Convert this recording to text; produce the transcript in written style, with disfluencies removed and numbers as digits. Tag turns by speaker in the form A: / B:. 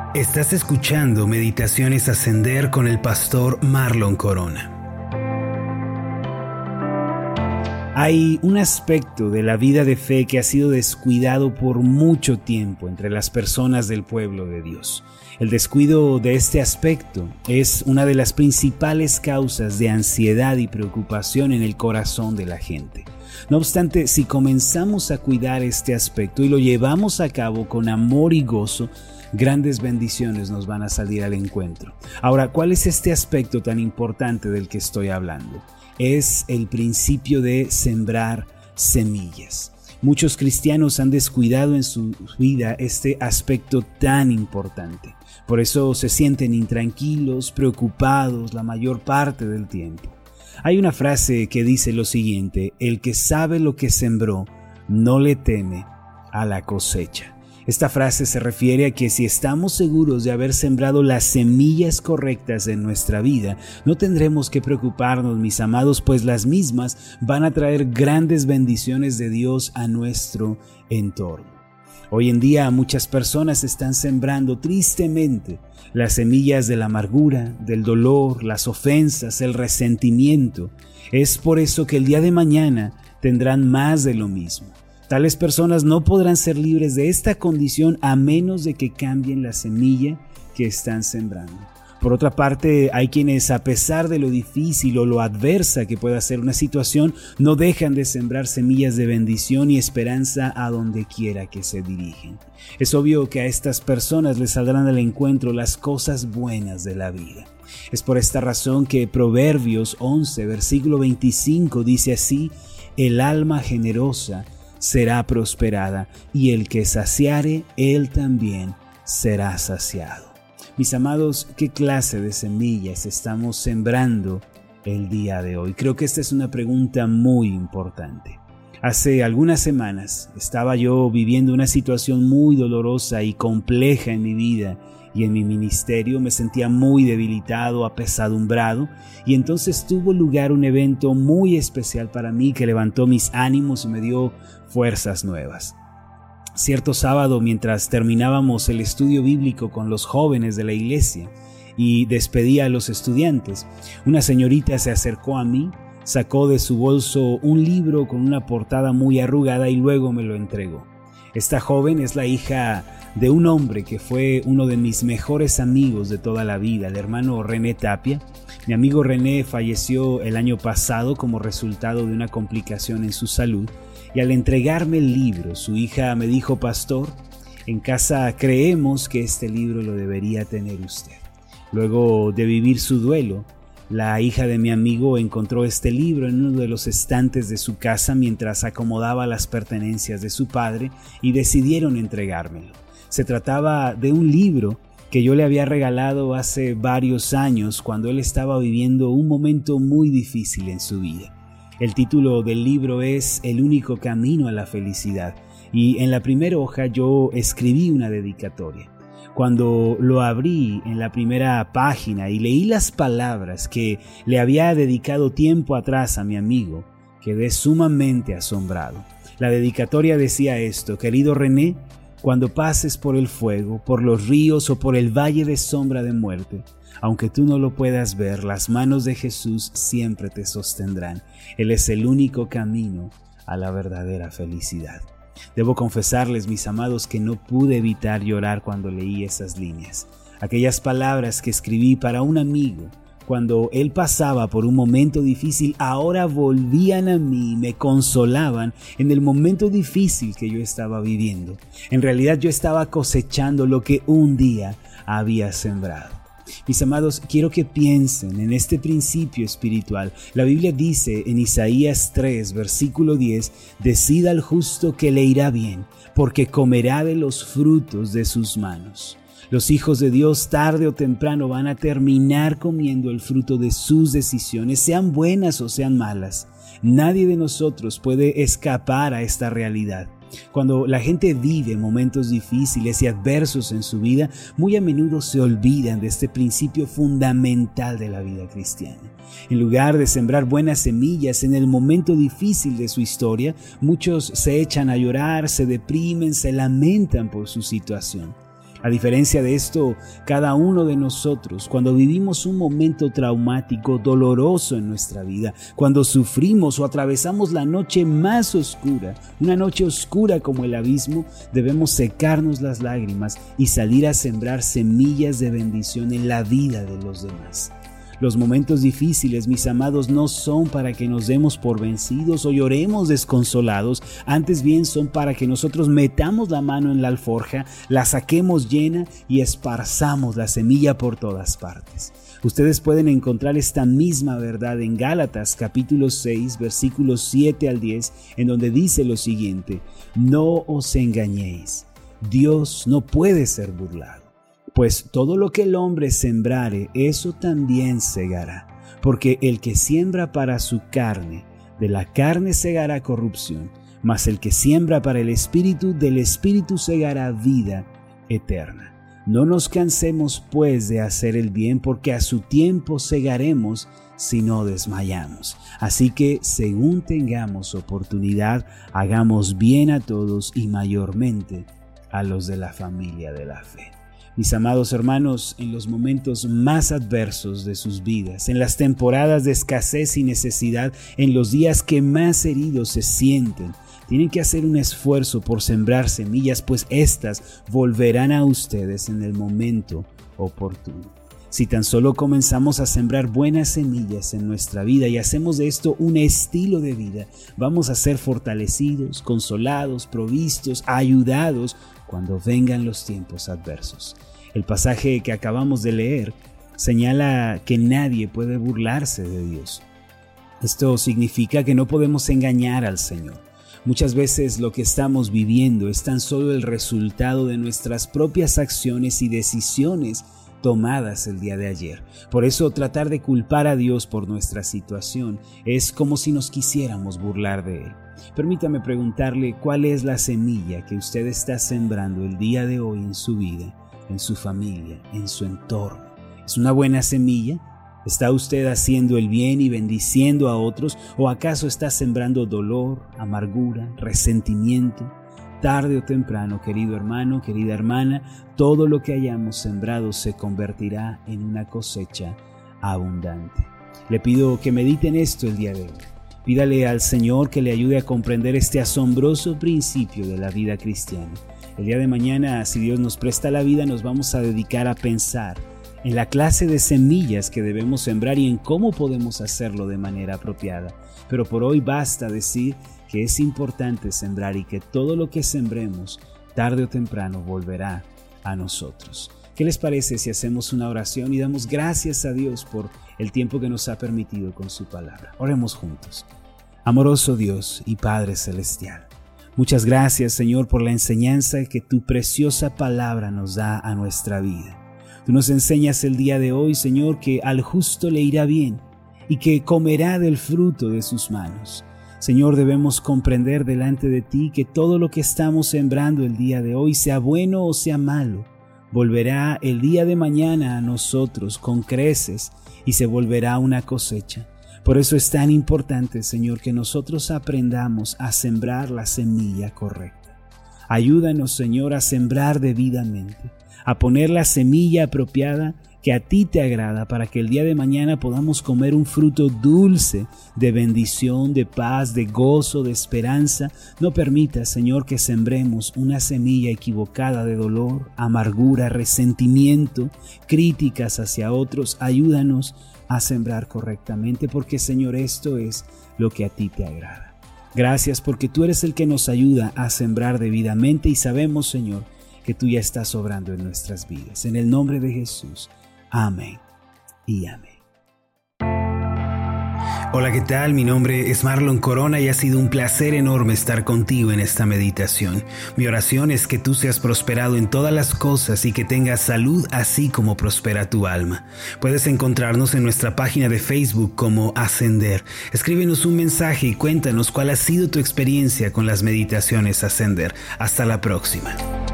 A: Estás escuchando Meditaciones Ascender con el pastor Marlon Corona. Hay un aspecto de la vida de fe que ha sido descuidado por mucho tiempo entre las personas del pueblo de Dios. El descuido de este aspecto es una de las principales causas de ansiedad y preocupación en el corazón de la gente. No obstante, si comenzamos a cuidar este aspecto y lo llevamos a cabo con amor y gozo, grandes bendiciones nos van a salir al encuentro. Ahora, ¿cuál es este aspecto tan importante del que estoy hablando? Es el principio de sembrar semillas. Muchos cristianos han descuidado en su vida este aspecto tan importante. Por eso se sienten intranquilos, preocupados la mayor parte del tiempo. Hay una frase que dice lo siguiente: el que sabe lo que sembró, no le teme a la cosecha. Esta frase se refiere a que si estamos seguros de haber sembrado las semillas correctas en nuestra vida, no tendremos que preocuparnos, mis amados, pues las mismas van a traer grandes bendiciones de Dios a nuestro entorno. Hoy en día muchas personas están sembrando tristemente las semillas de la amargura, del dolor, las ofensas, el resentimiento. Es por eso que el día de mañana tendrán más de lo mismo. Tales personas no podrán ser libres de esta condición a menos de que cambien la semilla que están sembrando. Por otra parte, hay quienes, a pesar de lo difícil o lo adversa que pueda ser una situación, no dejan de sembrar semillas de bendición y esperanza a donde quiera que se dirigen. Es obvio que a estas personas les saldrán al encuentro las cosas buenas de la vida. Es por esta razón que Proverbios 11, versículo 25 dice así: el alma generosa será prosperada, y el que saciare, él también será saciado. Mis amados, ¿qué clase de semillas estamos sembrando el día de hoy? Creo que esta es una pregunta muy importante. Hace algunas semanas estaba yo viviendo una situación muy dolorosa y compleja en mi vida y en mi ministerio. Me sentía muy debilitado, apesadumbrado, y entonces tuvo lugar un evento muy especial para mí que levantó mis ánimos y me dio fuerzas nuevas. Cierto sábado, mientras terminábamos el estudio bíblico con los jóvenes de la iglesia y despedía a los estudiantes, una señorita se acercó a mí, sacó de su bolso un libro con una portada muy arrugada y luego me lo entregó. Esta joven es la hija de un hombre que fue uno de mis mejores amigos de toda la vida, el hermano René Tapia. Mi amigo René falleció el año pasado como resultado de una complicación en su salud, y al entregarme el libro, su hija me dijo: pastor, en casa creemos que este libro lo debería tener usted. Luego de vivir su duelo, la hija de mi amigo encontró este libro en uno de los estantes de su casa mientras acomodaba las pertenencias de su padre y decidieron entregármelo. Se trataba de un libro que yo le había regalado hace varios años cuando él estaba viviendo un momento muy difícil en su vida. El título del libro es El único camino a la felicidad, y en la primera hoja yo escribí una dedicatoria. Cuando lo abrí en la primera página y leí las palabras que le había dedicado tiempo atrás a mi amigo, quedé sumamente asombrado. La dedicatoria decía esto: querido René, cuando pases por el fuego, por los ríos o por el valle de sombra de muerte, aunque tú no lo puedas ver, las manos de Jesús siempre te sostendrán. Él es el único camino a la verdadera felicidad. Debo confesarles, mis amados, que no pude evitar llorar cuando leí esas líneas. Aquellas palabras que escribí para un amigo cuando él pasaba por un momento difícil, ahora volvían a mí y me consolaban en el momento difícil que yo estaba viviendo. En realidad yo estaba cosechando lo que un día había sembrado. Mis amados, quiero que piensen en este principio espiritual. La Biblia dice en Isaías 3, versículo 10, «Decid al justo que le irá bien, porque comerá de los frutos de sus manos». Los hijos de Dios tarde o temprano van a terminar comiendo el fruto de sus decisiones, sean buenas o sean malas. Nadie de nosotros puede escapar a esta realidad. Cuando la gente vive momentos difíciles y adversos en su vida, muy a menudo se olvidan de este principio fundamental de la vida cristiana. En lugar de sembrar buenas semillas en el momento difícil de su historia, muchos se echan a llorar, se deprimen, se lamentan por su situación. A diferencia de esto, cada uno de nosotros, cuando vivimos un momento traumático, doloroso en nuestra vida, cuando sufrimos o atravesamos la noche más oscura, una noche oscura como el abismo, debemos secarnos las lágrimas y salir a sembrar semillas de bendición en la vida de los demás. Los momentos difíciles, mis amados, no son para que nos demos por vencidos o lloremos desconsolados, antes bien son para que nosotros metamos la mano en la alforja, la saquemos llena y esparzamos la semilla por todas partes. Ustedes pueden encontrar esta misma verdad en Gálatas capítulo 6, versículos 7 al 10, en donde dice lo siguiente: no os engañéis, Dios no puede ser burlado. Pues todo lo que el hombre sembrare, eso también segará. Porque el que siembra para su carne, de la carne segará corrupción, mas el que siembra para el Espíritu, del Espíritu segará vida eterna. No nos cansemos pues de hacer el bien, porque a su tiempo segaremos si no desmayamos. Así que, según tengamos oportunidad, hagamos bien a todos y mayormente a los de la familia de la fe. Mis amados hermanos, en los momentos más adversos de sus vidas, en las temporadas de escasez y necesidad, en los días que más heridos se sienten, tienen que hacer un esfuerzo por sembrar semillas, pues éstas volverán a ustedes en el momento oportuno. Si tan solo comenzamos a sembrar buenas semillas en nuestra vida y hacemos de esto un estilo de vida, vamos a ser fortalecidos, consolados, provistos, ayudados cuando vengan los tiempos adversos. El pasaje que acabamos de leer señala que nadie puede burlarse de Dios. Esto significa que no podemos engañar al Señor. Muchas veces lo que estamos viviendo es tan solo el resultado de nuestras propias acciones y decisiones tomadas el día de ayer. Por eso tratar de culpar a Dios por nuestra situación es como si nos quisiéramos burlar de Él. Permítame preguntarle cuál es la semilla que usted está sembrando el día de hoy en su vida, en su familia, en su entorno. ¿Es una buena semilla? ¿Está usted haciendo el bien y bendiciendo a otros? ¿O acaso está sembrando dolor, amargura, resentimiento? Tarde o temprano, querido hermano, querida hermana, todo lo que hayamos sembrado se convertirá en una cosecha abundante. Le pido que medite en esto el día de hoy. Pídale al Señor que le ayude a comprender este asombroso principio de la vida cristiana. El día de mañana, si Dios nos presta la vida, nos vamos a dedicar a pensar en la clase de semillas que debemos sembrar y en cómo podemos hacerlo de manera apropiada. Pero por hoy basta decir que es importante sembrar y que todo lo que sembremos, tarde o temprano, volverá a nosotros. ¿Qué les parece si hacemos una oración y damos gracias a Dios por el tiempo que nos ha permitido con su palabra? Oremos juntos. Amoroso Dios y Padre Celestial, muchas gracias, Señor, por la enseñanza que tu preciosa palabra nos da a nuestra vida. Tú nos enseñas el día de hoy, Señor, que al justo le irá bien y que comerá del fruto de sus manos. Señor, debemos comprender delante de ti que todo lo que estamos sembrando el día de hoy, sea bueno o sea malo, volverá el día de mañana a nosotros con creces y se volverá una cosecha. Por eso es tan importante, Señor, que nosotros aprendamos a sembrar la semilla correcta. Ayúdanos, Señor, a sembrar debidamente, a poner la semilla apropiada que a ti te agrada, para que el día de mañana podamos comer un fruto dulce de bendición, de paz, de gozo, de esperanza. No permitas, Señor, que sembremos una semilla equivocada de dolor, amargura, resentimiento, críticas hacia otros. Ayúdanos a sembrar correctamente, porque, Señor, esto es lo que a ti te agrada. Gracias porque tú eres el que nos ayuda a sembrar debidamente y sabemos, Señor, que tú ya estás obrando en nuestras vidas. En el nombre de Jesús. Amén y amén. Hola, ¿qué tal? Mi nombre es Marlon Corona y ha sido un placer enorme estar contigo en esta meditación. Mi oración es que tú seas prosperado en todas las cosas y que tengas salud así como prospera tu alma. Puedes encontrarnos en nuestra página de Facebook como Ascender. Escríbenos un mensaje y cuéntanos cuál ha sido tu experiencia con las meditaciones Ascender. Hasta la próxima.